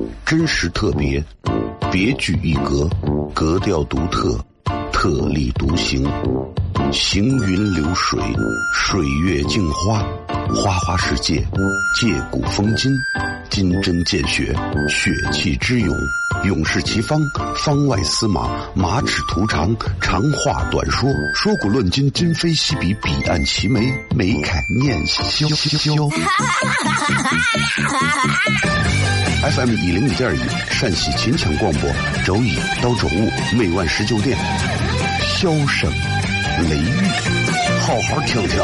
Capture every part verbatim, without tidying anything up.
真实特别，别具一格，格调独特，特立独行，行云流水，水月镜花，花花世界，借古风今，金针见血，血气之勇，勇士其方，方外司马，马齿图长，长话短说，说古论今，今非昔比，彼岸齐眉，眉开念萧萧。F M 一零一点一，陕西秦腔广播，周一到周五每晚十九点，箫声雷雨，好好听听。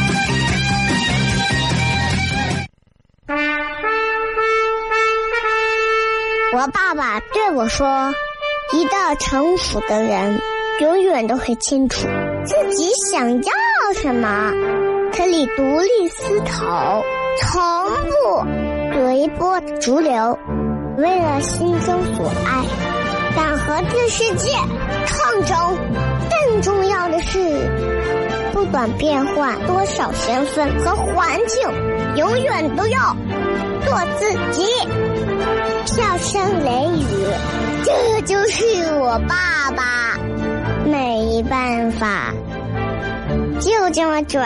我爸爸对我说，一个成熟的人永远都会清楚自己想要什么，可以独立思考，从不随波逐流，为了心中所爱，敢和这世界抗争。更重要的是，不管变换多少身份和环境，永远都要做自己。笑声雷雨，这就是我爸爸，没办法，就这么拽。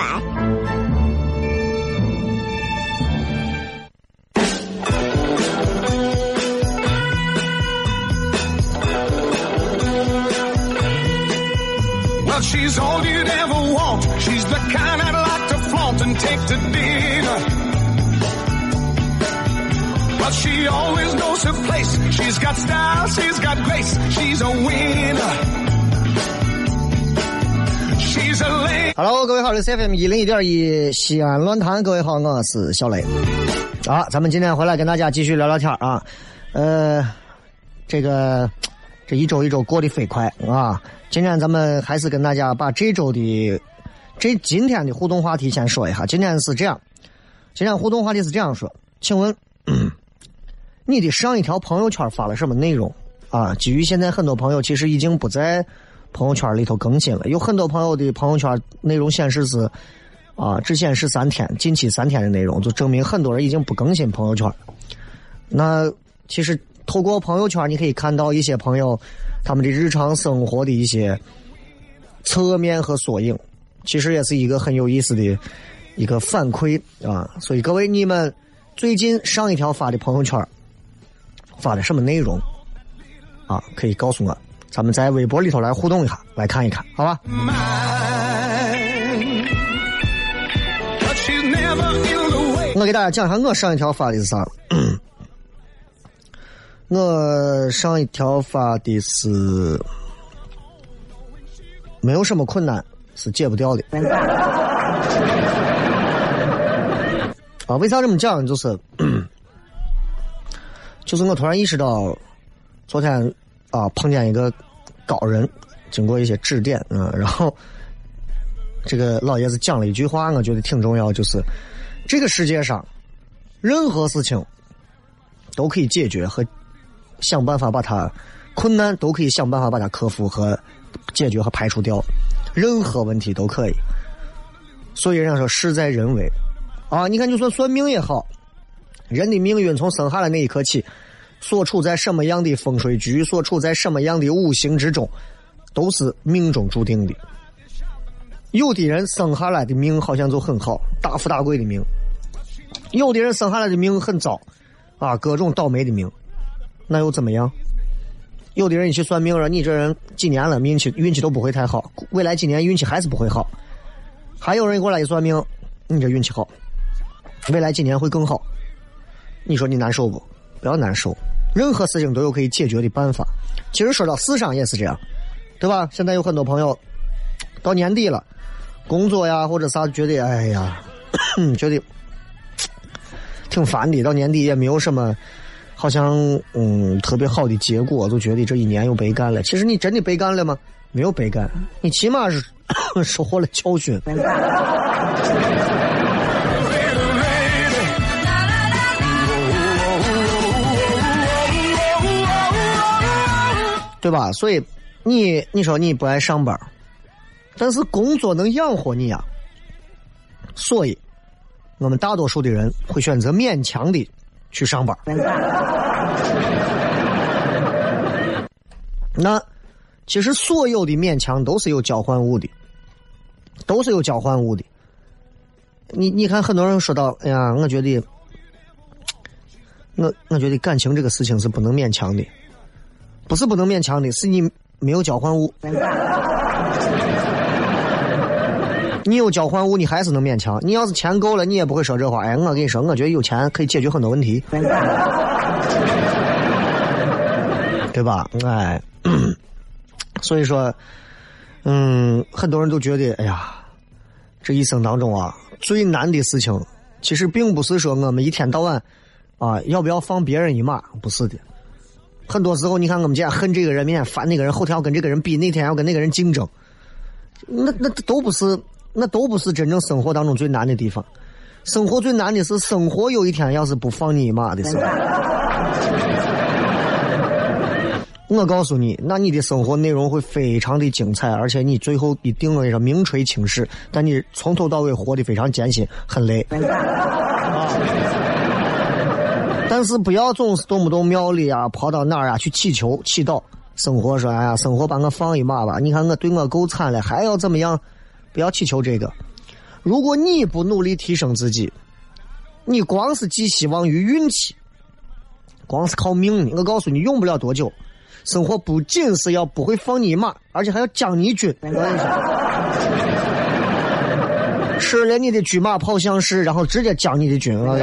Well, she's all you'd ever want. She's the kind I'd like to flaunt and take to dinner.But she always knows her place. She's got style, she's got grace. She's a winner. She's a lady. Hello， 各位好，这是 C F M 一零一点一西安论坛。各位好，我是小雷。好，咱们今天回来跟大家继续聊聊天啊。呃，这个这一周一周过得飞快啊。今天咱们还是跟大家把这周的这今天的互动话题先说一下。今天是这样，今天互动话题是这样说，请问。嗯你的上一条朋友圈发了什么内容啊？基于现在很多朋友其实已经不在朋友圈里头更新了，有很多朋友的朋友圈内容显示是啊，只显示三天，近期三天的内容，就证明很多人已经不更新朋友圈。那其实透过朋友圈，你可以看到一些朋友他们的日常生活的一些侧面和缩影，其实也是一个很有意思的一个反馈啊。所以各位，你们最近上一条发的朋友圈发的什么内容啊？可以告诉我，咱们在微博里头来互动一下，来看一看，好吧？我给大家讲一下我上一条发的是啥。我上一条发的是没有什么困难是戒不掉的。啊，为啥这么讲？就是就是我突然意识到，昨天啊碰见一个高人，经过一些指点，嗯，然后这个老爷子讲了一句话，我觉得挺重要，就是这个世界上任何事情都可以解决和想办法把它困难都可以想办法把它克服和解决和排除掉，任何问题都可以。所以人家说事在人为啊，你看就算算命也好。人的命运从生下来那一刻起，所处在什么样的风水局，所处在什么样的五行之中，都是命中注定的。有的人生下来的命好像就很好，大富大贵的命；有的人生下来的命很糟，啊，各种倒霉的命。那又怎么样？有的人你去算命了，你这人几年了，运气运气都不会太好，未来几年运气还是不会好。还有人过来一算命，你这运气好，未来几年会更好。你说你难受不？不要难受，任何事情都有可以解决的办法。其实说到世上也是这样，对吧？现在有很多朋友到年底了，工作呀或者啥觉得哎呀觉得挺烦的，到年底也没有什么好像嗯特别好的结果，就觉得这一年又白干了。其实你真的白干了吗？没有白干，你起码是收获了教训。对吧？所以你你说你不爱上班，但是工作能养活你呀。所以我们大多数的人会选择勉强的去上班。那其实所有的勉强都是有交换物的，都是有交换物的。你你看，很多人说到，哎呀，我觉得，我我觉得感情这个事情是不能勉强的，不是不能勉强的，是你没有交换物。你有交换物，你还是能勉强。你要是钱够了，你也不会说这话。哎，我跟你说，我觉得有钱可以解决很多问题，对吧？哎，所以说，嗯，很多人都觉得，哎呀，这一生当中啊，最难的事情，其实并不是说我们一天到晚啊要不要放别人一马，不是的。很多时候，你看我们今天恨这个人，明天烦那个人，后天要跟这个人比，那天要跟那个人竞争，那那都不是。那都不是真正生活当中最难的地方，生活最难的是生活有一天要是不放你一马的时候。我告诉你，那你的生活内容会非常的精彩，而且你最后一定会是名垂青史，但你从头到尾活得非常艰辛，很累。啊、但是不要总是动不动庙里啊，跑到哪儿啊去祈求祈祷，生活说哎呀，生活把我放一马吧，你看我对我够惨了，还要怎么样？不要祈求这个。如果你不努力提升自己，你光是寄希望于运气，光是靠命，我告诉你用不了多久。生活不仅是要不会放你一马，而且还要将你军。吃了你的车马炮象式，然后直接将你的军。我跟你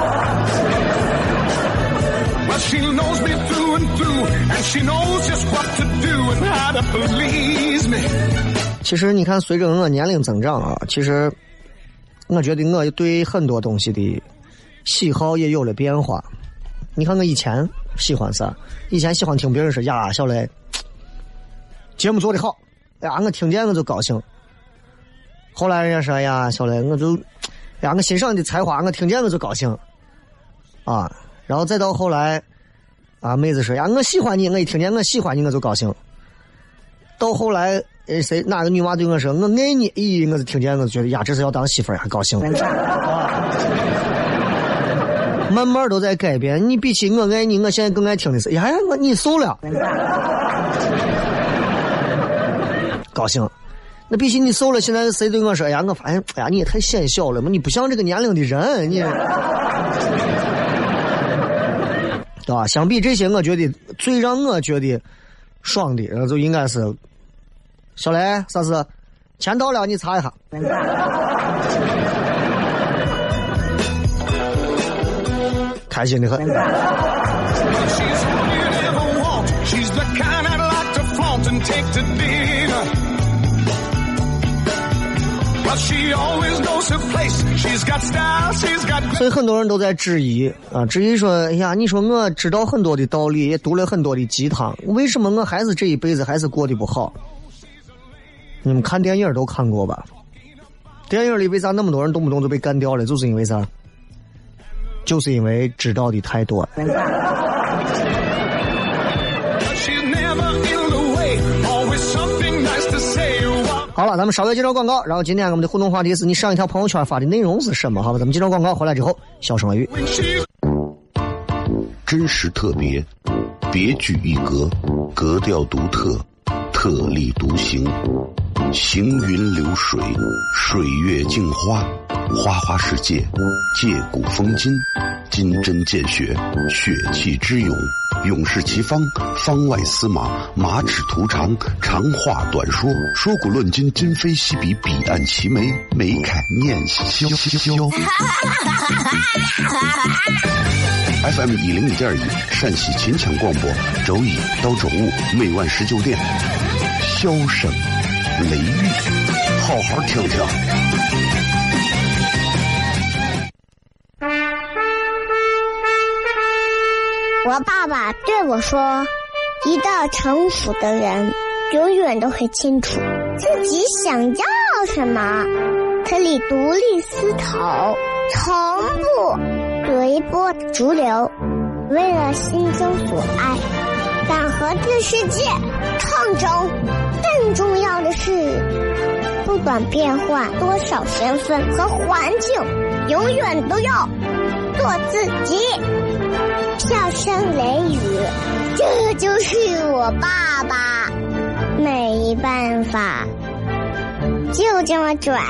说，其实你看，随着我年龄增长啊，其实我觉得我对很多东西的喜好也有了变化。你看我以前喜欢啥？以前喜欢听别人说呀，小雷节目做得好，哎呀，我听见我就高兴。后来人家说呀，小雷我就哎呀，我欣赏你的才华，我听见我就高兴啊。然后再到后来啊，妹子说呀，我喜欢你，我一听见我喜欢你我就高兴。到后来诶，谁哪个女娃对我说我爱你，咦，我就听见我就觉得呀，这是要当媳妇儿，还高兴。慢慢都在改变。你比起我爱你，我现在更爱听的是呀呀，我你瘦了，高兴。那比起你瘦了，现在谁对我说哎呀，我发现哎呀，你也太显小了嘛，你不像这个年龄的人，你对吧？相比这些，我觉得最让我觉得爽的，就应该是小雷，啥事？钱到了，你查一下。开心的很。所以很多人都在质疑啊，质疑说，哎呀，你说我知道很多的道理，也读了很多的鸡汤，为什么我还是这一辈子还是过得不好？你们看电影都看过吧？电影里为啥那么多人动不动就被干掉了？就是因为啥？就是因为知道的太多了。好了，咱们稍微介绍广告，然后今天我们的互动话题是你上一条朋友圈发的内容是什么？好吧，咱们介绍广告回来之后，笑声语。 真实特别，别具一格，格调独特，特立独行，行云流水，水月镜花，花花世界，借古风今，金针见血，血气之勇，勇士其方，方外司马，马齿图长，长话短说，说古论今，今非昔比，彼岸齐眉，眉开念萧萧。F M 一零一点一，陕西秦腔广播，周一到周五每晚十九点，箫声雷雨，好好听听。 我爸爸对我说，一个成熟的人永远都会清楚自己想要什么，可以独立思考，从不随波逐流，为了心中所爱，敢和这世界抗争。更重要的是，不管变换多少身份和环境，永远都要做自己。 声雷雨，这就是我爸爸，没办法，就这么拽。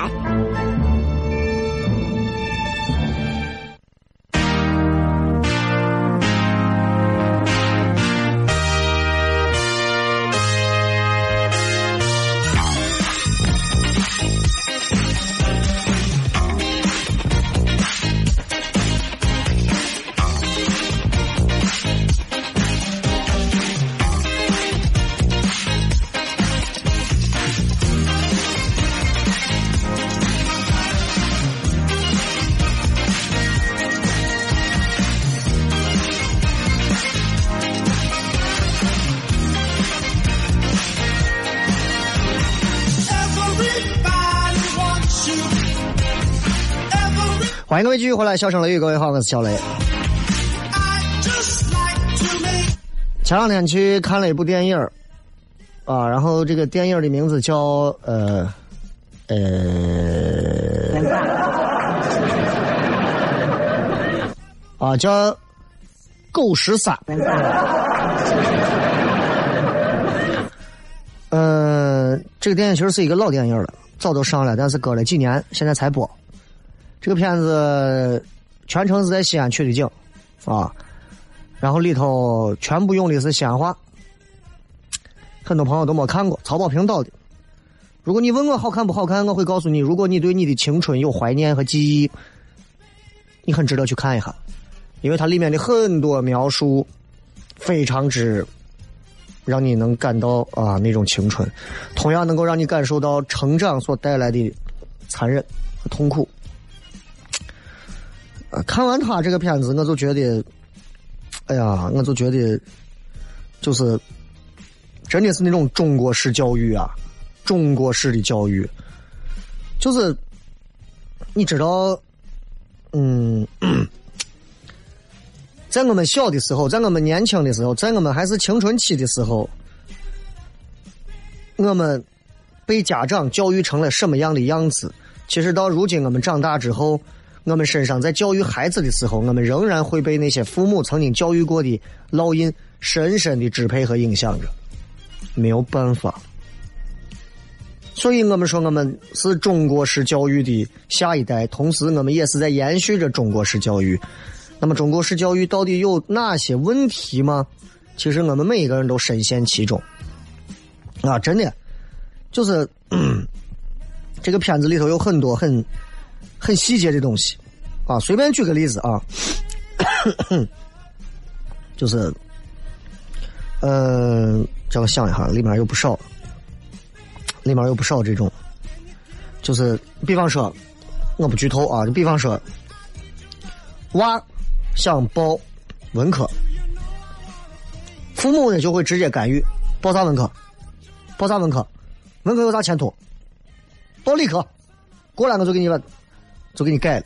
欢迎各位继续回来，笑声雷雨，各位好，我是小雷。前两天去看了一部电影啊，然后这个电影的名字叫呃呃啊叫狗十三。呃，这个电影其实是一个老电影了，早都上了，但是隔了几年现在才播。这个片子全程是在西安取的景啊，然后里头全部用的是西安话，很多朋友都没看过，曹保平导的。如果你问我好看不好看，我会告诉你，如果你对你的青春有怀念和记忆，你很值得去看一下，因为它里面的很多描述非常之让你能感到啊那种青春，同样能够让你感受到成长所带来的残忍和痛苦。呃，看完他这个片子，我就觉得，哎呀，我就觉得，就是真的是那种中国式教育啊，中国式的教育，就是你知道，嗯，在我们小的时候，在我们年轻的时候，在我们还是青春期的时候，我们被家长教育成了什么样的样子？其实到如今我们长大之后，我们身上在教育孩子的时候，我们仍然会被那些父母曾经教育过的烙印深深的支配和影响着，没有办法。所以我们说我们是中国式教育的下一代，同时我们也是在延续着中国式教育。那么中国式教育到底有哪些问题吗？其实我们每一个人都深陷其中啊，真的就是、嗯、这个片子里头有很多很很细节的东西啊，随便举个例子啊，就是呃叫我想一下，里面有不少里面有不少这种，就是比方说我不剧透啊，就比方说娃想报文科，父母呢就会直接干预，报啥文科报啥文科文科有啥前途，报理科过来我就给你把就给你改了，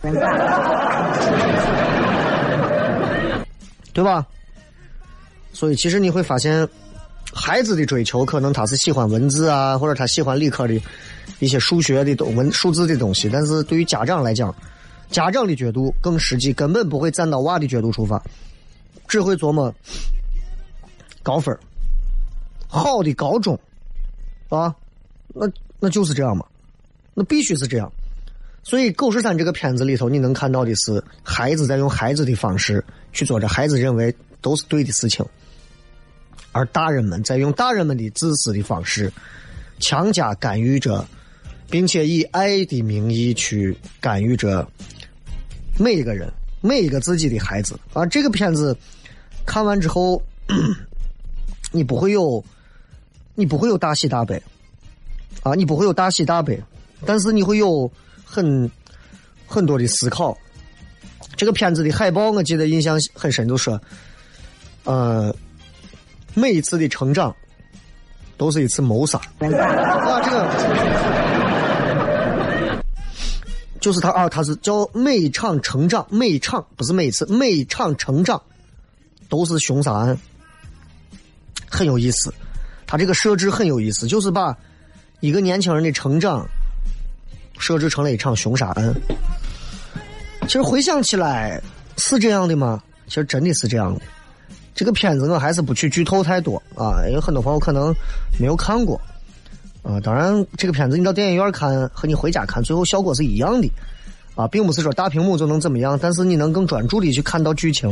对吧？所以其实你会发现孩子的追求可能他是喜欢文字啊，或者他喜欢理科的一些数学的东文数字的东西，但是对于家长来讲，家长的角度更实际，根本不会站到娃的角度出发，只会琢磨高分好的高中啊，那那就是这样嘛，那必须是这样。所以狗十三这个片子里头你能看到的是孩子在用孩子的方式去做着孩子认为都是对的事情，而大人们在用大人们的自私的方式强加干预着，并且以爱的名义去干预着每一个人每一个自己的孩子啊。这个片子看完之后你不会有你不会有大喜大悲啊，你不会有大喜大悲，但是你会有很很多的思考。这个片子的海报我记得印象很深，就说呃每一次的成长都是一次谋杀啊，这个就是他啊，他是叫每一场成长，每一场不是每一次，每一场成长都是凶杀案，很有意思。他这个设置很有意思，就是把一个年轻人的成长设置成了一场凶杀案。其实回想起来是这样的吗？其实真的是这样的。 这个片子我还是不去剧透太多啊，有很多朋友可能没有看过啊。当然，这个片子你到电影院看和你回家看最后效果是一样的啊，并不是说大屏幕就能怎么样，但是你能更专注地去看到剧情。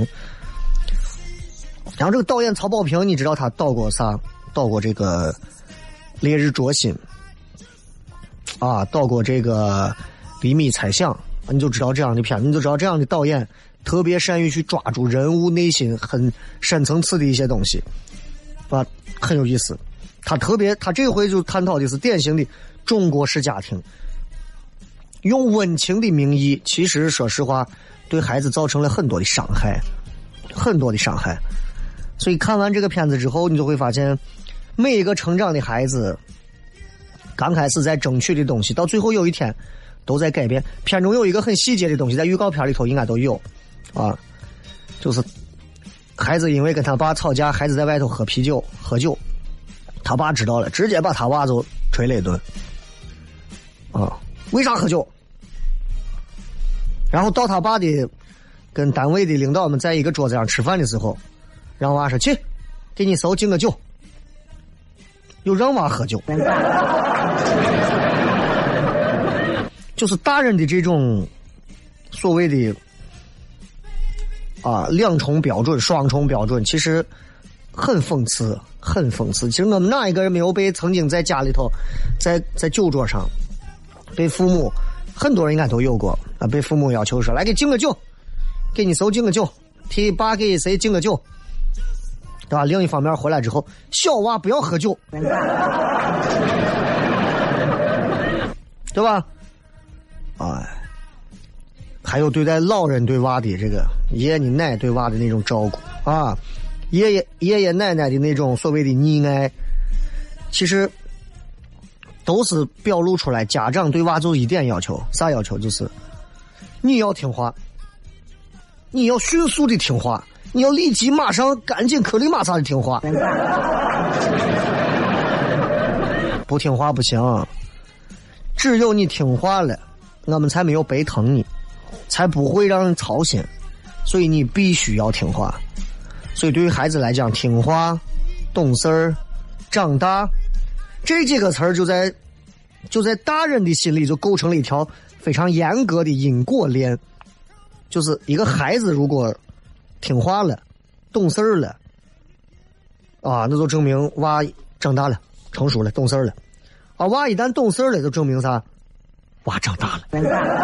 然后这个导演曹保平，你知道他导过啥？导过这个《烈日灼心》啊，导过这个《厘米猜想》，你就知道这样的片子，你就知道这样的导演特别善于去抓住人物内心很深层次的一些东西，啊，很有意思。他特别，他这回就探讨的是典型的中国式家庭，用温情的名义，其实说实话，对孩子造成了很多的伤害，很多的伤害。所以看完这个片子之后，你就会发现，每一个成长的孩子，刚开始在争取的东西，到最后有一天都在改变。片中有一个很细节的东西，在预告片里头应该都有。啊，就是孩子因为跟他爸吵架，孩子在外头喝啤酒喝酒，他爸知道了，直接把他娃就捶了一顿。啊，为啥喝酒？然后到他爸的跟单位的领导们在一个桌子上吃饭的时候，让娃说去，给你手敬个酒，又让娃喝酒。就是大人的这种所谓的啊，两重标准、双重标准，其实很讽刺，很讽刺。其实我们哪一个人没有被曾经在家里头，在在酒桌上，被父母，很多人应该都有过啊，被父母要求说来给敬个酒，给你手敬个酒，替爸给谁敬个酒，对吧？另一方面回来之后，小娃不要喝酒，对吧？哎。还有对待老人对娃的这个爷爷奶对娃的那种照顾啊，爷爷爷爷奶奶的那种所谓的溺爱，其实都是表露出来家长对娃就一点要求，啥要求？就是你要听话，你要迅速的听话，你要立即马上赶紧颗粒马撒的听话，不听话不行，只有你听话了，我们才没有白疼你，才不会让人操心，所以你必须要听话。所以对于孩子来讲，听话、懂事儿、长大，这几个词儿就在就在大人的心里就构成了一条非常严格的因果链。就是一个孩子如果听话了、懂事儿了，啊，那就证明娃长大了、成熟了、懂事儿了。啊，娃一旦懂事儿了，就证明啥？娃长大了。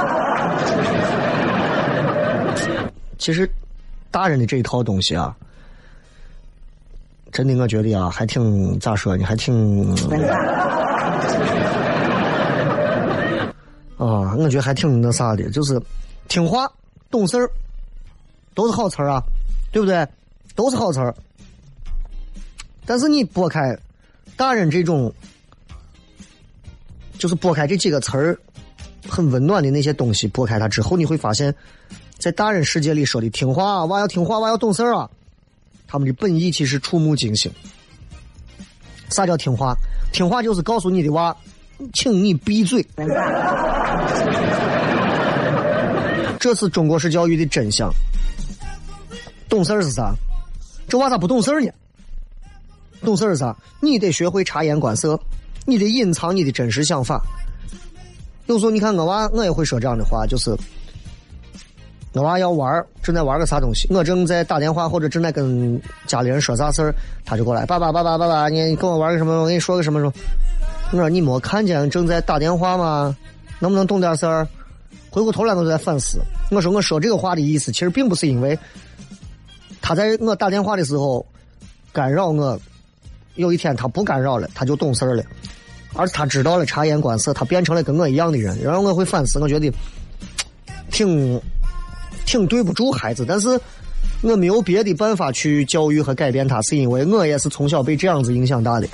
其实大人的这一套东西啊，真的我觉得啊还挺咋说呢，还挺啊，我觉得还挺那啥的，就是听话懂事儿都是好词儿啊，对不对？都是好词儿。但是你拨开大人这种就是拨开这几个词儿很温暖的那些东西，拨开它之后，你会发现在大人世界里说的听话，娃要听话，娃要懂事啊，他们的本意其实触目惊心。啥叫听话？听话就是告诉你的娃，请你闭嘴。这是中国式教育的真相。懂事是啥？这娃咋不懂事呢？懂事是啥？你得学会察言观色，你得隐藏你的真实想法。有时候你看我娃，我也会说这样的话，就是我娃要玩，正在玩个啥东西，我正在打电话或者正在跟家里人说啥事儿，他就过来，爸爸爸爸爸爸，你跟我玩个什么？我跟你说个什么什么？我说你没看见正在打电话吗？能不能懂点事儿？回过头来我就在反思，我说我说这个话的意思，其实并不是因为他在我打电话的时候干扰我，有一天他不干扰了，他就懂事了。而是他知道了察言观色，他变成了跟我一样的人。然后我会反思，我觉得挺挺对不住孩子，但是我没有别的办法去教育和改变他，是因为我也是从小被这样子影响大的。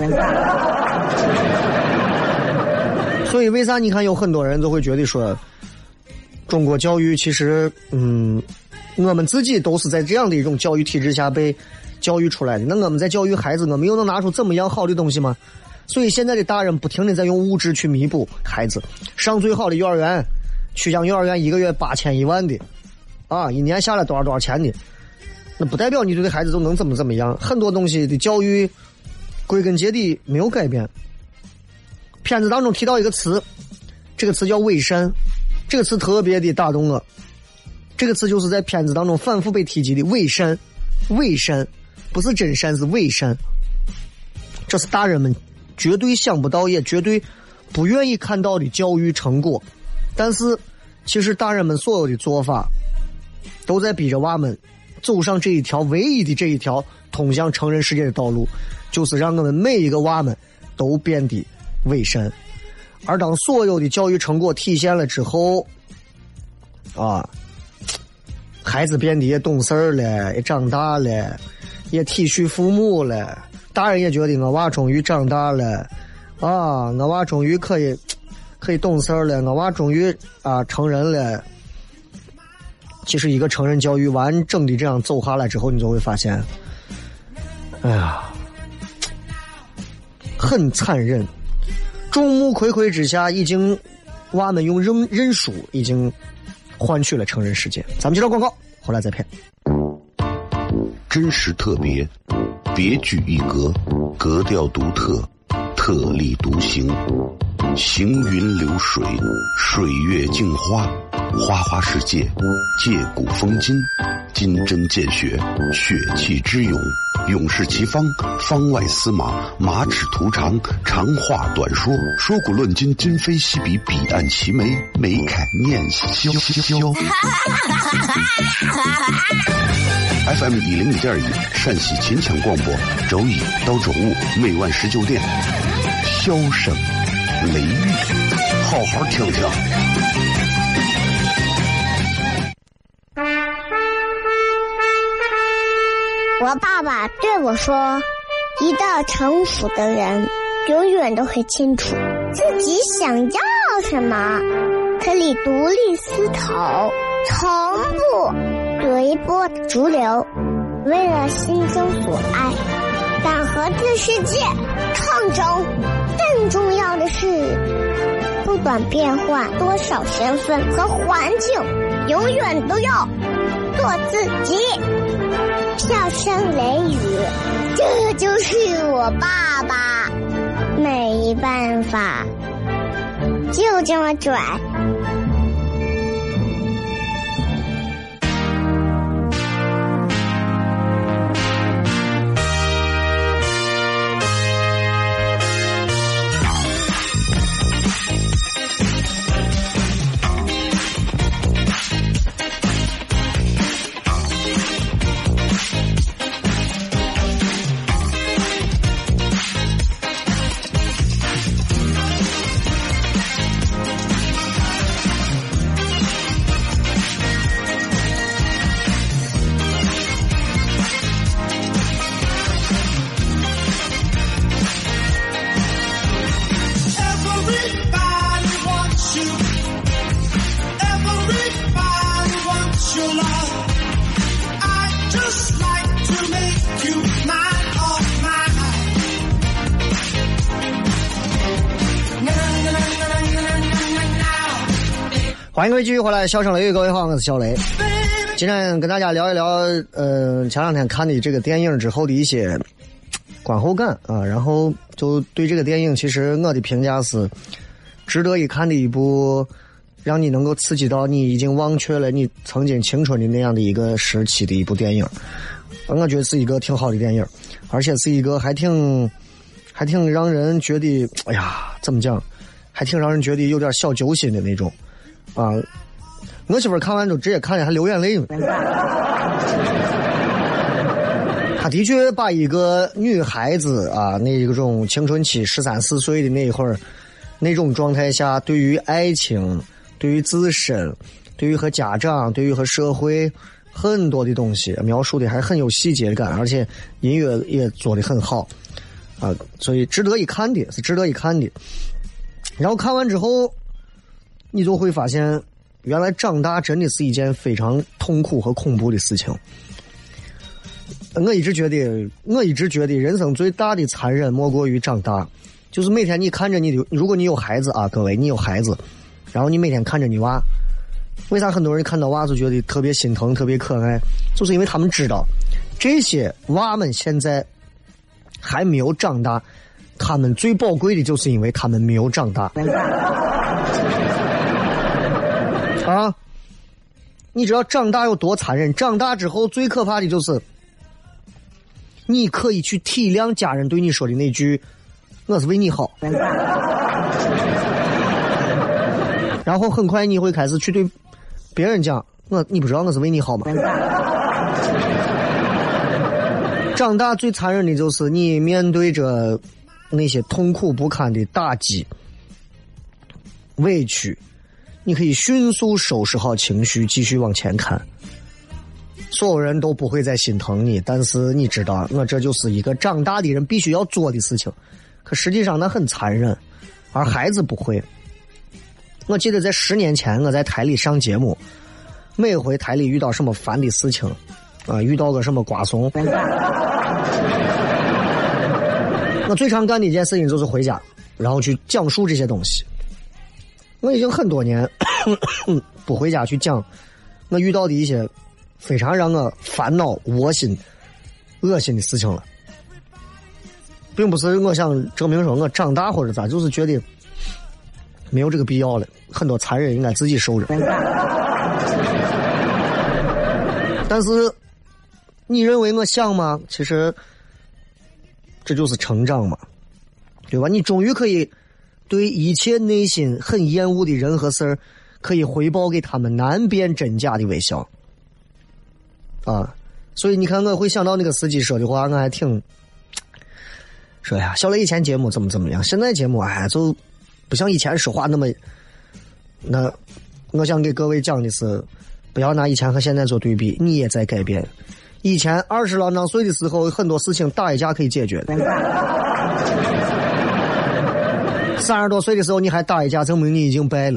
所以为啥你看有很多人都会觉得说中国教育其实嗯我们自己都是在这样的一种教育体制下被教育出来的，那我们在教育孩子，我们又能拿出怎么样好的东西吗？所以现在的大人不停地在用物质去弥补孩子，上最好的幼儿园，曲江幼儿园一个月八千一万的啊，一年下来多少多少钱的， 那不代表你对孩子都能怎么怎么样。很多东西的教育归根结底没有改变。片子当中提到一个词，这个词叫伪善，这个词特别的打动我。这个词就是在片子当中反复被提及的伪善，伪善不是真善，是伪善。这是大人们绝对想不到也绝对不愿意看到的教育成果。但是其实大人们所有的做法都在逼着娃们走上这一条唯一的这一条通向成人世界的道路，就是让我们每一个娃们都变得伪善。而当所有的教育成果体现了之后啊，孩子变得也懂事了，也长大了，也体恤父母了，大人也觉得我娃终于长大了啊，我娃终于可以可以懂事了，我娃终于啊成人了。其实一个成人教育完整的这样走下来之后，你就会发现，哎呀，很残忍。众目睽睽之下，已经娃们用认认输已经换取了成人世界。咱们接着广告，回来再骗。 真实特别，别具一格，格调独特，特立独行，行云流水，水月镜花，花花世界，借古风今，金针见血，血气之勇，勇士其方，方外司马，马齿图长，长话短说，说古论今，今非昔比，彼岸齐眉，眉开面笑。F M 一零一点一，陕西秦腔广播，周一到周五每晚十九点，箫声雷雨，好好听听。 我爸爸对我说，一个成熟的人永远都会清楚自己想要什么，可以独立思考，从不随波逐流，为了心中所爱，敢和这世界抗争。更重要的是，不管变换多少身份和环境，永远都要做自己。笑声雷雨，这就是我爸爸，没办法，就这么拽。 欢迎各位继续回来，笑声雷雨，各位好，我是小雷。今天跟大家聊一聊，呃，前两天看的这个电影之后的一些观后感啊，然后就对这个电影，其实我的评价是值得一看的一部，让你能够刺激到你已经忘却了你曾经青春的那样的一个时期的一部电影。我觉得是一个挺好的电影，而且是一个还挺还挺让人觉得，哎呀，怎么讲，还挺让人觉得有点小揪心的那种。啊，我媳妇看完之后直接看见还流眼泪呢。他的确把一个女孩子啊，那一种青春期十三四岁的那一会儿，那种状态下，对于爱情、对于自身、对于和家长、对于和社会很多的东西描述的还很有细节感，而且音乐也做得很好啊，所以值得一看的，是值得一看的。然后看完之后，你就会发现，原来长大真的是一件非常痛苦和恐怖的事情。我一直觉得，我一直觉得人生最大的残忍莫过于长大。就是每天你看着你的，如果你有孩子啊，各位，你有孩子，然后你每天看着你娃，为啥很多人看到娃就觉得特别心疼、特别可爱？就是因为他们知道， 这些娃们现在还没有长大，他们最宝贵的就是因为他们没有长大。啊，你知道长大有多残忍？长大之后最可怕的就是你可以去体谅家人对你说的那句我是为你好，然后很快你会开始去对别人讲我你不知道我是为你好吗？长大最残忍的就是你面对着那些痛苦不堪的打击委屈，你可以迅速收拾好情绪继续往前看，所有人都不会再心疼你，但是你知道我这就是一个长大的人必须要做的事情，可实际上那很残忍，而孩子不会。我记得在十年前我在台里上节目，每回台里遇到什么烦的事情啊，遇到个什么瓜怂，我最常干的一件事情就是回家然后去讲述这些东西。我已经很多年不回家去讲我遇到的一些非常让我烦恼窝心恶心的事情了，并不是我想证明说我长大或者咋，就是觉得没有这个必要了，很多残忍应该自己受着。但是你认为我想吗？其实这就是成长嘛，对吧？你终于可以对一切内心很厌恶的人和事儿可以回报给他们难辨真假的微笑啊！所以你看我会想到那个司机说的话，我还挺说呀，小雷以前节目怎么怎么样，现在节目哎就不像以前说话那么，那我想给各位讲的是不要拿以前和现在做对比，你也在改变。以前二十郎当岁的时候很多事情打一架可以解决的，三十多岁的时候你还打一架证明你已经败了，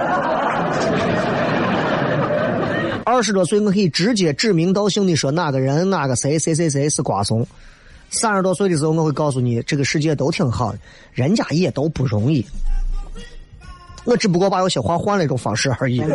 二十多岁我可以直接指名道姓的说哪个人哪个谁谁谁谁是瓜怂，三十多岁的时候我会告诉你这个世界都挺好的，人家也都不容易，我只不过把有些话换了一种方式而已。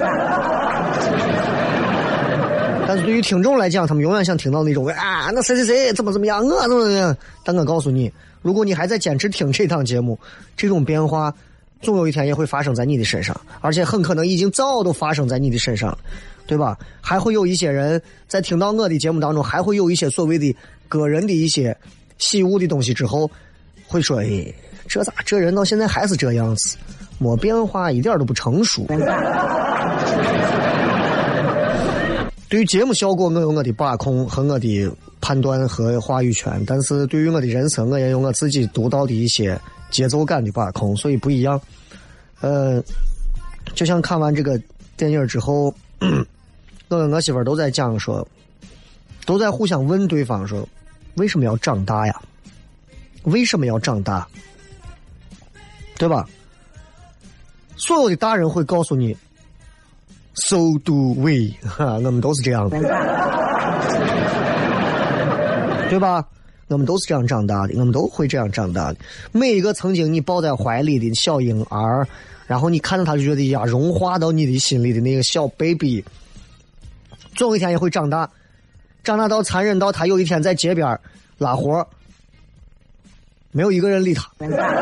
但是对于听众来讲，他们永远想听到那种啊，那谁谁谁怎么怎么样，我怎么怎么样。但我告诉你，如果你还在坚持听这档节目，这种变化总有一天也会发生在你的身上，而且很可能已经早都发生在你的身上，对吧？还会有一些人在听到我的节目当中，还会有一些所谓的个人的一些喜恶的东西之后，会说：“哎，这咋这人到现在还是这样子，没变化，一点都不成熟。”对于节目效果，我有我的把控和我的判断和话语权，但是对于我的人生，我也有我自己独到的一些节奏感的把控，所以不一样。呃，就像看完这个电影之后，我跟我媳妇儿都在讲说，都在互相问对方说，为什么要长大呀？为什么要长大？对吧？所有的大人会告诉你。So do we， 哈，我们都是这样的，对吧？我们都是这样长大的，我们都会这样长大的。每一个曾经你抱在怀里的小婴儿，然后你看到他就觉得呀，融化到你的心里的那个小 baby， 总有一天也会长大，长大到残忍到他有一天在街边拉活，没有一个人理他。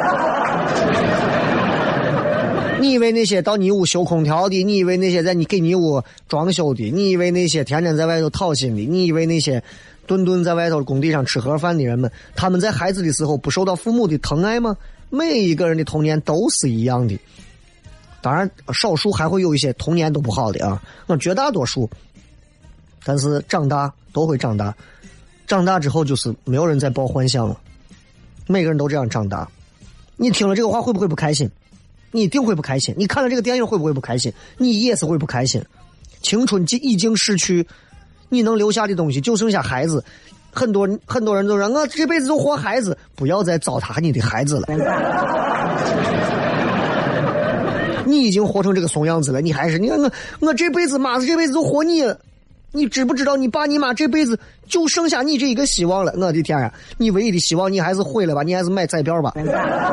你以为那些到你屋修空调的，你以为那些在你给你屋装修的，你以为那些天天在外头讨薪的，你以为那些顿顿在外头工地上吃盒饭的人们，他们在孩子的时候不受到父母的疼爱吗？每一个人的童年都是一样的，当然少数还会有一些童年都不好的啊，那绝大多数，但是长大都会长大，长大之后就是没有人再抱幻想了，每个人都这样长大。你听了这个话会不会不开心？你一定会不开心，你看了这个电影会不会不开心？你也是会不开心。青春已经逝去，你能留下的东西就剩下孩子。很多很多人都说我这辈子就活孩子，不要再糟蹋你的孩子了。你已经活成这个怂样子了，你还是你看我我这辈子妈是这辈子就活你了。你知不知道你爸你妈这辈子就剩下你这一个希望了？我的天啊，你唯一的希望你还是毁了吧，你还是买彩票吧。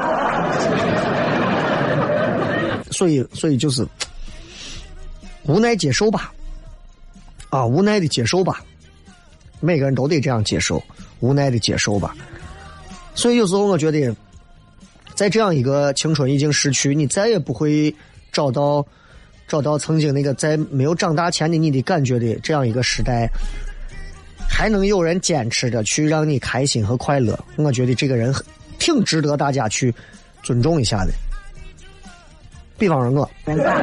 所以，所以就是无奈接受吧，啊，无奈的接受吧。 每个人都得这样接受，无奈的接受吧。所以有时候我觉得，在这样一个青春已经逝去，你再也不会找到找到曾经那个在没有长大前的你的感觉的这样一个时代，还能有人坚持着去让你开心和快乐，我觉得这个人挺值得大家去尊重一下的。比方说我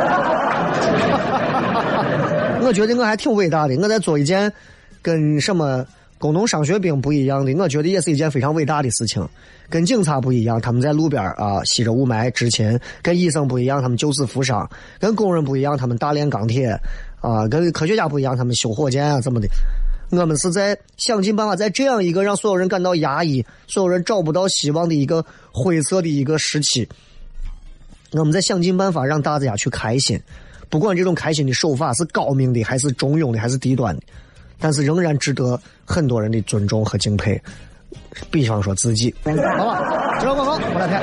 我觉得我还挺伟大的，我在做一件跟什么工农商学兵不一样的，我觉得也是一件非常伟大的事情。跟警察不一样，他们在路边啊吸着雾霾执勤；跟医生不一样，他们救死扶伤；跟工人不一样，他们大炼钢铁啊；跟科学家不一样，他们修火箭啊，怎么的。我们是在想尽办法，在这样一个让所有人感到压抑、所有人找不到希望的一个灰色的一个时期，我们在想尽办法让大家去开心，不管这种开心的手法是高明的还是中庸的还是低端的，但是仍然值得很多人的尊重和敬佩。比方说自己，好吧，知道广告，我来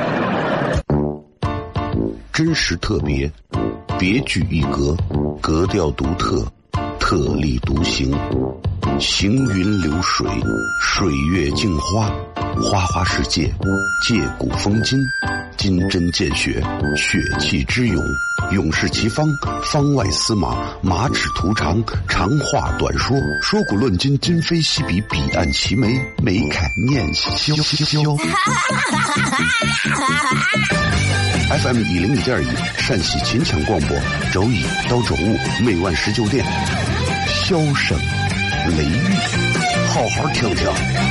看。真实特别，别具一格，格调独特，特立独行，行云流水，水月镜花，花花世界，借古风今，金针见血，血气之勇，勇士其方，方外司马，马齿图长，长话短说，说古论今，今非昔比，彼岸齐眉，眉开念萧萧。F M 一零一点一，陕西秦腔广播，周一到周五每晚十九点，箫声雷雨，好好听听。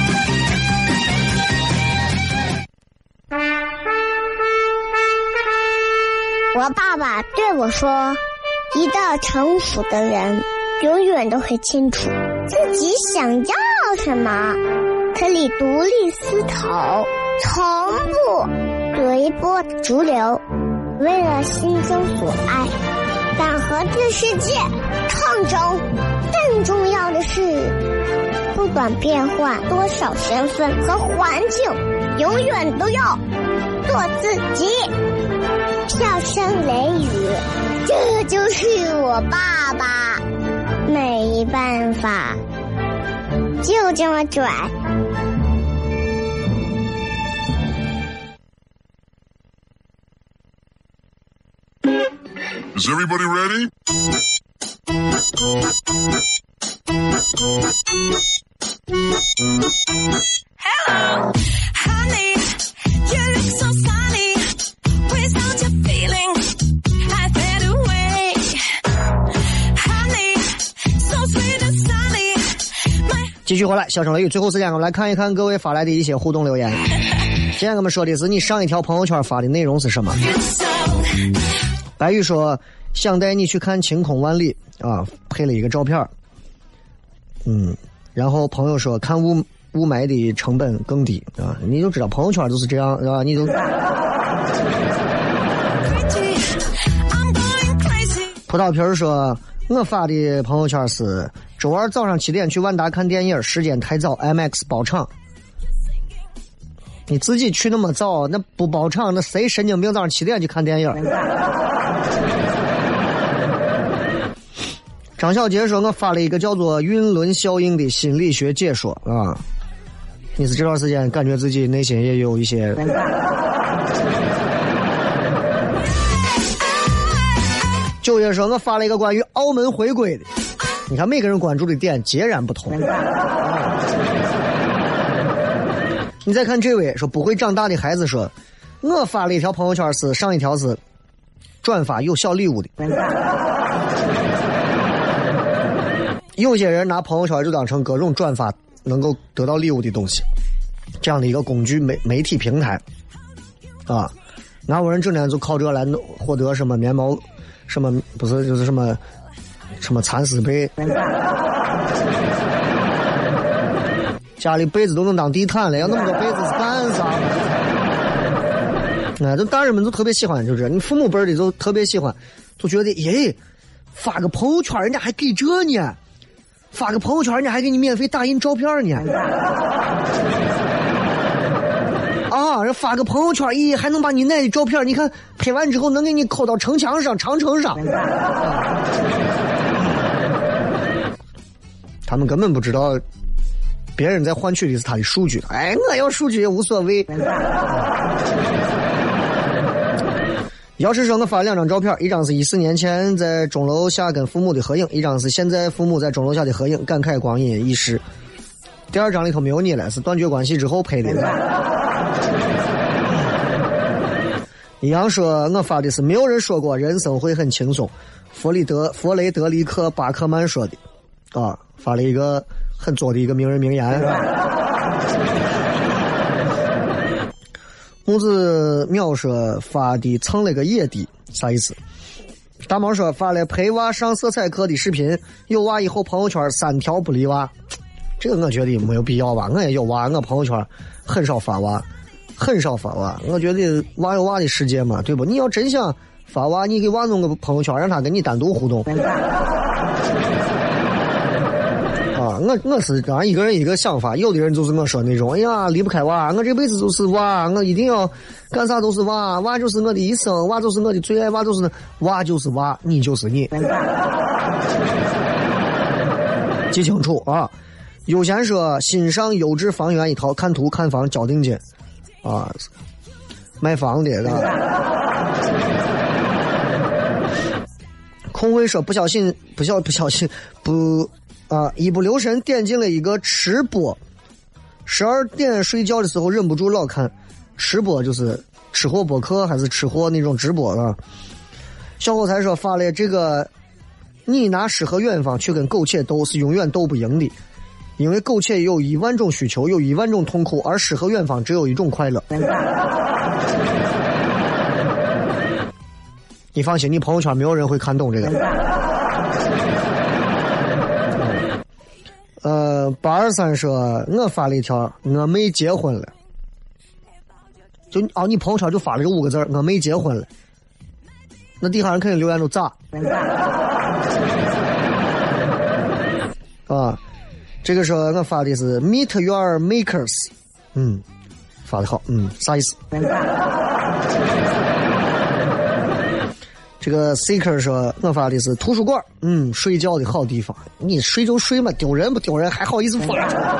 我爸爸对我说，一个成熟的人永远都会清楚自己想要什么，可以独立思考，从不随波逐流，为了心中所爱，敢和这世界抗争。更重要的是，不管变换多少身份和环境，永远都要做自己。笑声雷雨，这就是我爸爸，没办法，就这么拽。 Is everybody ready? Hello, honey, you look so sunny. Without your feeling, I fade away. Honey, so sweet and sunny. 继续回来，小声雷雨，最后时间我们来看一看各位发来的一些互动留言。今天我们说的是你上一条朋友圈发的内容是什么？白玉说想带你去看晴空万里啊，配了一个照片。嗯，然后朋友说看雾雾霾的成本更低啊，你就知道朋友圈都是这样啊，你都。葡萄皮儿说我发的朋友圈是周二早上七点去万达看电影，时间太早 M X 包场。你自己去那么早，那不包场，那谁神经病早上七点去看电影？张小杰说我发了一个叫做晕轮效应的心理学解说啊，你是这段时间感觉自己内心也有一些九月说我发了一个关于澳门回归的，你看每个人关注的点截然不同。你再看这位说不会长大的孩子说我发了一条朋友圈是上一条是转发有小礼物的。有些人拿朋友圈就当成各种转发能够得到礼物的东西，这样的一个工具媒媒体平台啊，哪有人整天就靠这来获得什么棉毛什么不是就是什么什么蚕丝被，家里被子都能当地毯了，要那么多被子是干啥？哎，这大人们都特别喜欢，就是你父母辈的都特别喜欢，就觉得耶，发个朋友圈人家还给这呢，发个朋友圈人家还给你免费打印照片呢。啊，人发个朋友圈，咦，还能把你奶的照片，你看拍完之后能给你扣到城墙上、长城上。他们根本不知道别人在换取的是他的数据。哎，我要数据也无所谓。姚师说我发了两张照片，一张是一四年前在钟楼下跟父母的合影，一张是现在父母在钟楼下的合影，感慨光阴易逝。第二张里头没有你了，是断绝关系之后拍的。一样说我发的是没有人说过人生会很轻松，弗里德弗雷德里克巴克曼说的啊，发了一个很作的一个名人名言。木子妙说发的蹭了个野地，啥意思？大毛说发了陪娃上色彩课的视频，有娃以后朋友圈三条不离娃，这个我觉得没有必要吧。我也有娃，我朋友圈很少发娃，很少发娃。我觉得娃有娃的世界嘛，对不？你要真想发娃，你给娃弄个朋友圈，让他跟你单独互动。啊，我我是当然一个人一个想法，有的人就是我说那种，哎呀离不开娃，我这辈子就是娃，我一定要干啥都是娃，娃就是我的一生，娃就是我的最爱，娃就是娃就是娃，你就是你。记清楚啊！有闲说欣赏优质房源一套，看图看房交定金啊，卖房的啊。空会说不小心不小不小心不。啊！一不留神点进了一个吃播，十二点睡觉的时候忍不住老看吃播，就是吃货播客还是吃货那种直播啊。小伙才说发了这个，你拿诗和远方去跟苟且斗是永远斗不赢的，因为苟且有一万种需求，有一万种痛苦，而诗和远方只有一种快乐。你放心，你朋友圈没有人会看懂这个。呃，八二三说，我发了一条，我妹结婚了。就哦，你朋友圈就发了这五个字，我妹结婚了。那底下人肯定留言都炸。啊，这个时候我发的是 Meet Your Makers， 嗯，发的好，嗯，啥意思？这个 Seeker 说我发的是图书馆，嗯，睡觉的好地方。你睡就睡嘛，丢人不丢人，还好意思发出来。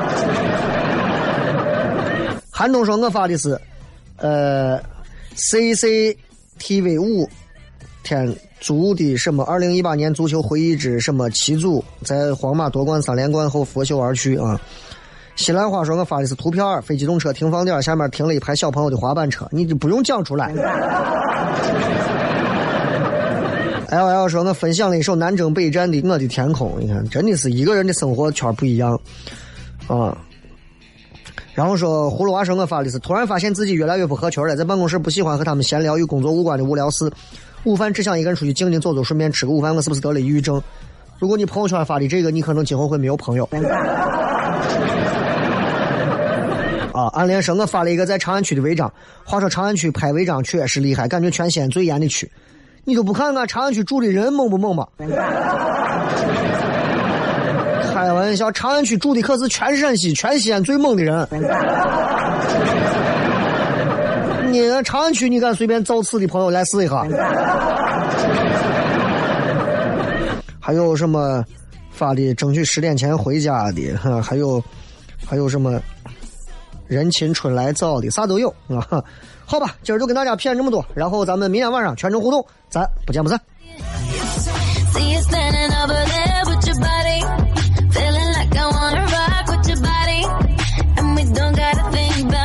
韩东说我发的是呃 C C T V 五天足的什么二零一八年足球回忆之什么七组，在皇马夺冠三连冠后拂袖而去啊。西兰花说我发的是图片，非机动车停放点下面停了一排小朋友的滑板车，你就不用讲出来。L L 说我分享了一首南征北战的我的天空，你看真的是一个人的生活圈不一样啊。然后说葫芦娃说我发的是突然发现自己越来越不合群了，在办公室不喜欢和他们闲聊与工作无关的无聊事，午饭只想一个人出去静静走走，顺便吃个午饭，我是不是得了抑郁症？如果你朋友圈发的这个，你可能今后会没有朋友。啊，暗恋说我发了一个在长安区的违章，话说长安区拍违章确实厉害，感觉全西安最严的区。你都不看看长安区住的人猛不猛吗？开玩笑，长安区住的可是全陕西全西安最猛的人。你长安区你敢随便造次的朋友来试一下。还有什么发的争取十点前回家的，还有还有什么人情春来早的，啥都有啊。好吧，今儿就跟大家骗这么多，然后咱们明天晚上全程互动，咱不见不散。Feeling like I wanna rock with your body, and we don't gotta think about